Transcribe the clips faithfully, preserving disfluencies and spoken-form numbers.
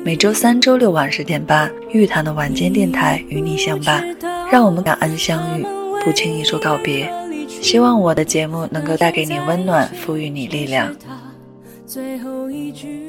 每周三、周六晚十点半，玉谈的晚间电台与你相伴，让我们感恩相遇，不轻易说告别。希望我的节目能够带给你温暖，赋予你力量。 最后一句，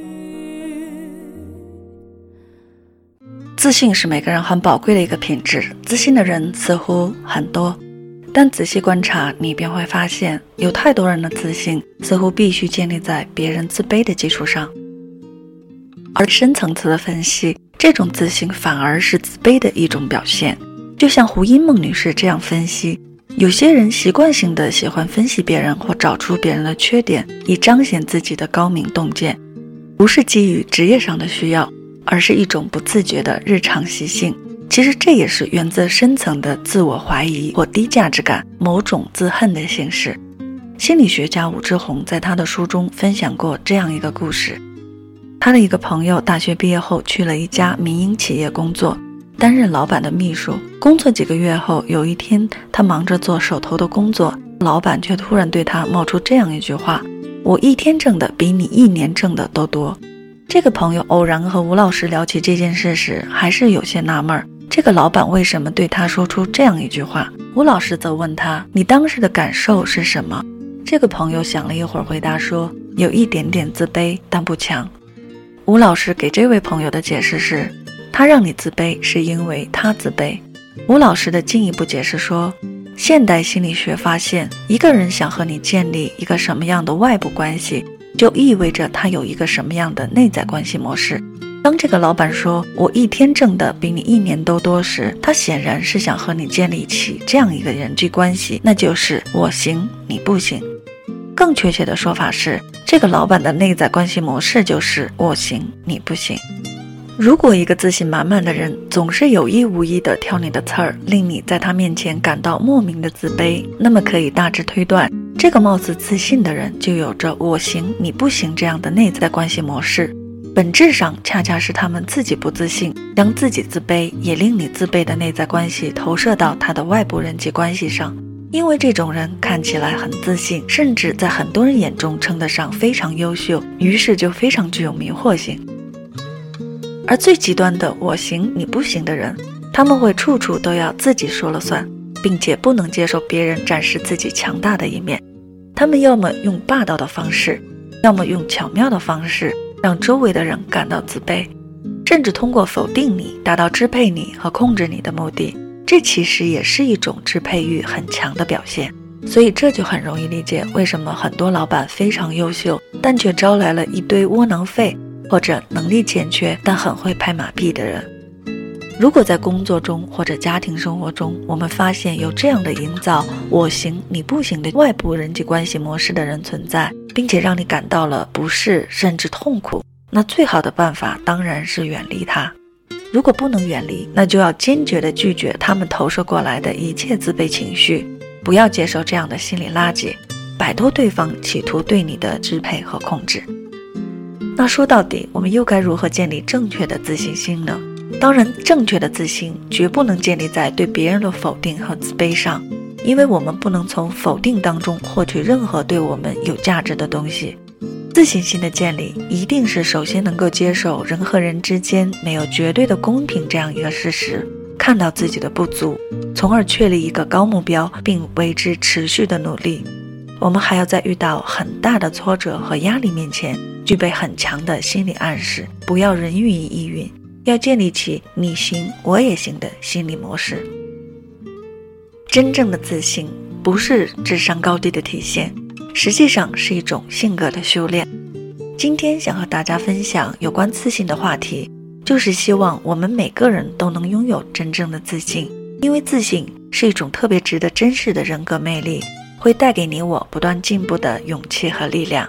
自信是每个人很宝贵的一个品质，自信的人似乎很多，但仔细观察，你便会发现，有太多人的自信似乎必须建立在别人自卑的基础上。而深层次的分析，这种自信反而是自卑的一种表现。就像胡因梦女士这样分析，有些人习惯性的喜欢分析别人或找出别人的缺点，以彰显自己的高明洞见，不是基于职业上的需要，而是一种不自觉的日常习性。其实这也是源自深层的自我怀疑或低价值感，某种自恨的形式。心理学家武志红在他的书中分享过这样一个故事。他的一个朋友大学毕业后去了一家民营企业工作，担任老板的秘书。工作几个月后，有一天他忙着做手头的工作，老板却突然对他冒出这样一句话：我一天挣的比你一年挣的都多。这个朋友偶然和吴老师聊起这件事时，还是有些纳闷，这个老板为什么对他说出这样一句话。吴老师则问他，你当时的感受是什么？这个朋友想了一会儿回答说，有一点点自卑，但不强。吴老师给这位朋友的解释是，他让你自卑是因为他自卑。吴老师的进一步解释说，现代心理学发现，一个人想和你建立一个什么样的外部关系，就意味着他有一个什么样的内在关系模式。当这个老板说我一天挣的比你一年都多时，他显然是想和你建立起这样一个人际关系，那就是我行你不行。更确切的说法是，这个老板的内在关系模式就是我行你不行。如果一个自信满满的人总是有意无意地挑你的刺儿，令你在他面前感到莫名的自卑，那么可以大致推断，这个貌似自信的人就有着我行你不行这样的内在关系模式。本质上恰恰是他们自己不自信，将自己自卑也令你自卑的内在关系投射到他的外部人际关系上。因为这种人看起来很自信，甚至在很多人眼中称得上非常优秀，于是就非常具有迷惑性。而最极端的我行你不行的人，他们会处处都要自己说了算，并且不能接受别人展示自己强大的一面。他们要么用霸道的方式，要么用巧妙的方式让周围的人感到自卑，甚至通过否定你达到支配你和控制你的目的。这其实也是一种支配欲很强的表现。所以这就很容易理解为什么很多老板非常优秀，但却招来了一堆窝囊废，或者能力欠缺但很会拍马屁的人。如果在工作中或者家庭生活中，我们发现有这样的营造我行你不行的外部人际关系模式的人存在，并且让你感到了不适甚至痛苦，那最好的办法当然是远离他。如果不能远离，那就要坚决地拒绝他们投射过来的一切自卑情绪，不要接受这样的心理垃圾，摆脱对方企图对你的支配和控制。那说到底，我们又该如何建立正确的自信心呢？当然，正确的自信绝不能建立在对别人的否定和自卑上，因为我们不能从否定当中获取任何对我们有价值的东西。自信心的建立一定是首先能够接受人和人之间没有绝对的公平这样一个事实，看到自己的不足，从而确立一个高目标并为之持续的努力。我们还要在遇到很大的挫折和压力面前具备很强的心理暗示，不要人云亦云，要建立起你行我也行的心理模式。真正的自信不是智商高低的体现，实际上是一种性格的修炼。今天想和大家分享有关自信的话题，就是希望我们每个人都能拥有真正的自信，因为自信是一种特别值得珍视的人格魅力，会带给你我不断进步的勇气和力量。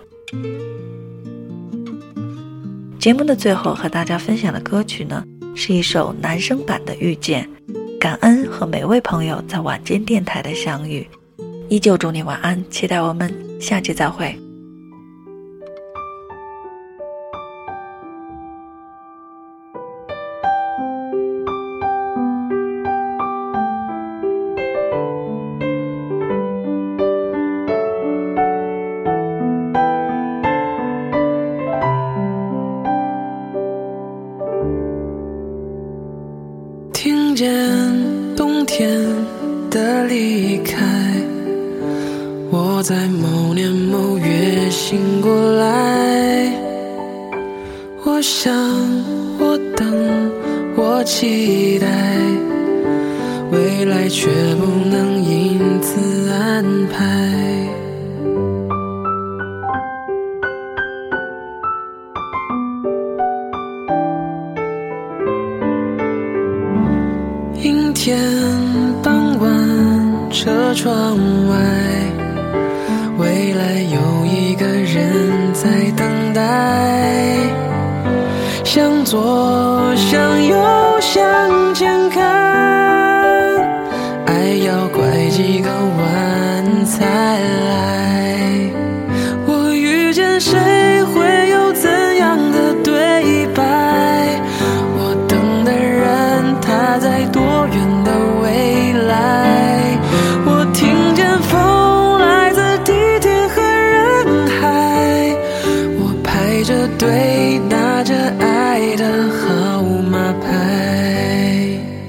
节目的最后和大家分享的歌曲呢，是一首男声版的《遇见》，感恩和每位朋友在晚间电台的相遇，依旧祝你晚安，期待我们下期再会。 听见冬天的离开，我在某年某月醒过来。我想，我等，我期待，未来却不能因此安排。阴天傍晚，车窗外，未来有一个人在等待。向左，向右，向前看，爱要拐几个弯才来。我遇见谁，会有怎样的对白？我等的人，他在多远的未来？我听见风来自地铁和人海，我排着队拿着爱的号码牌。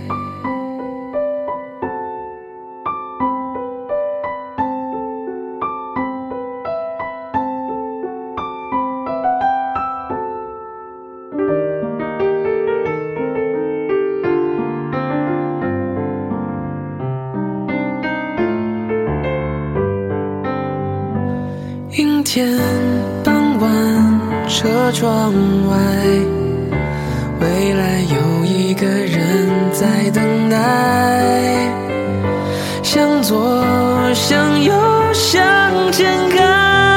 阴天傍晚，车窗外，未来有一个人在等待。向左，向右，向前看，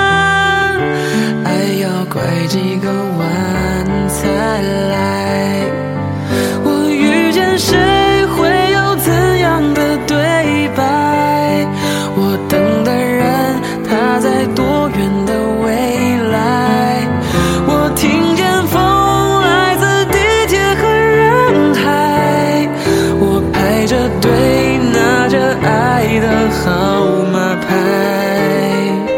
爱要拐几个弯才来。我遇见谁，会有怎样的对白？我等的人，他在多远的未来？我听见风来自地铁和人海，我排着队拿着爱的号码牌。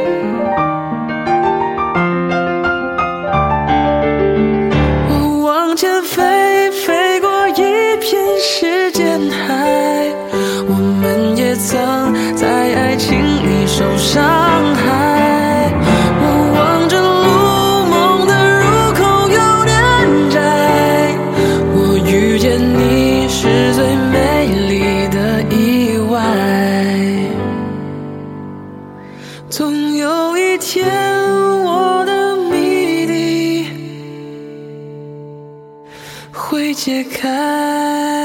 我往前飞，飞过一片时间海，我们也曾在爱情里受伤害。我望着路，梦的入口有点窄，我遇见你是最美丽的意外。总有一天，我的谜底会解开。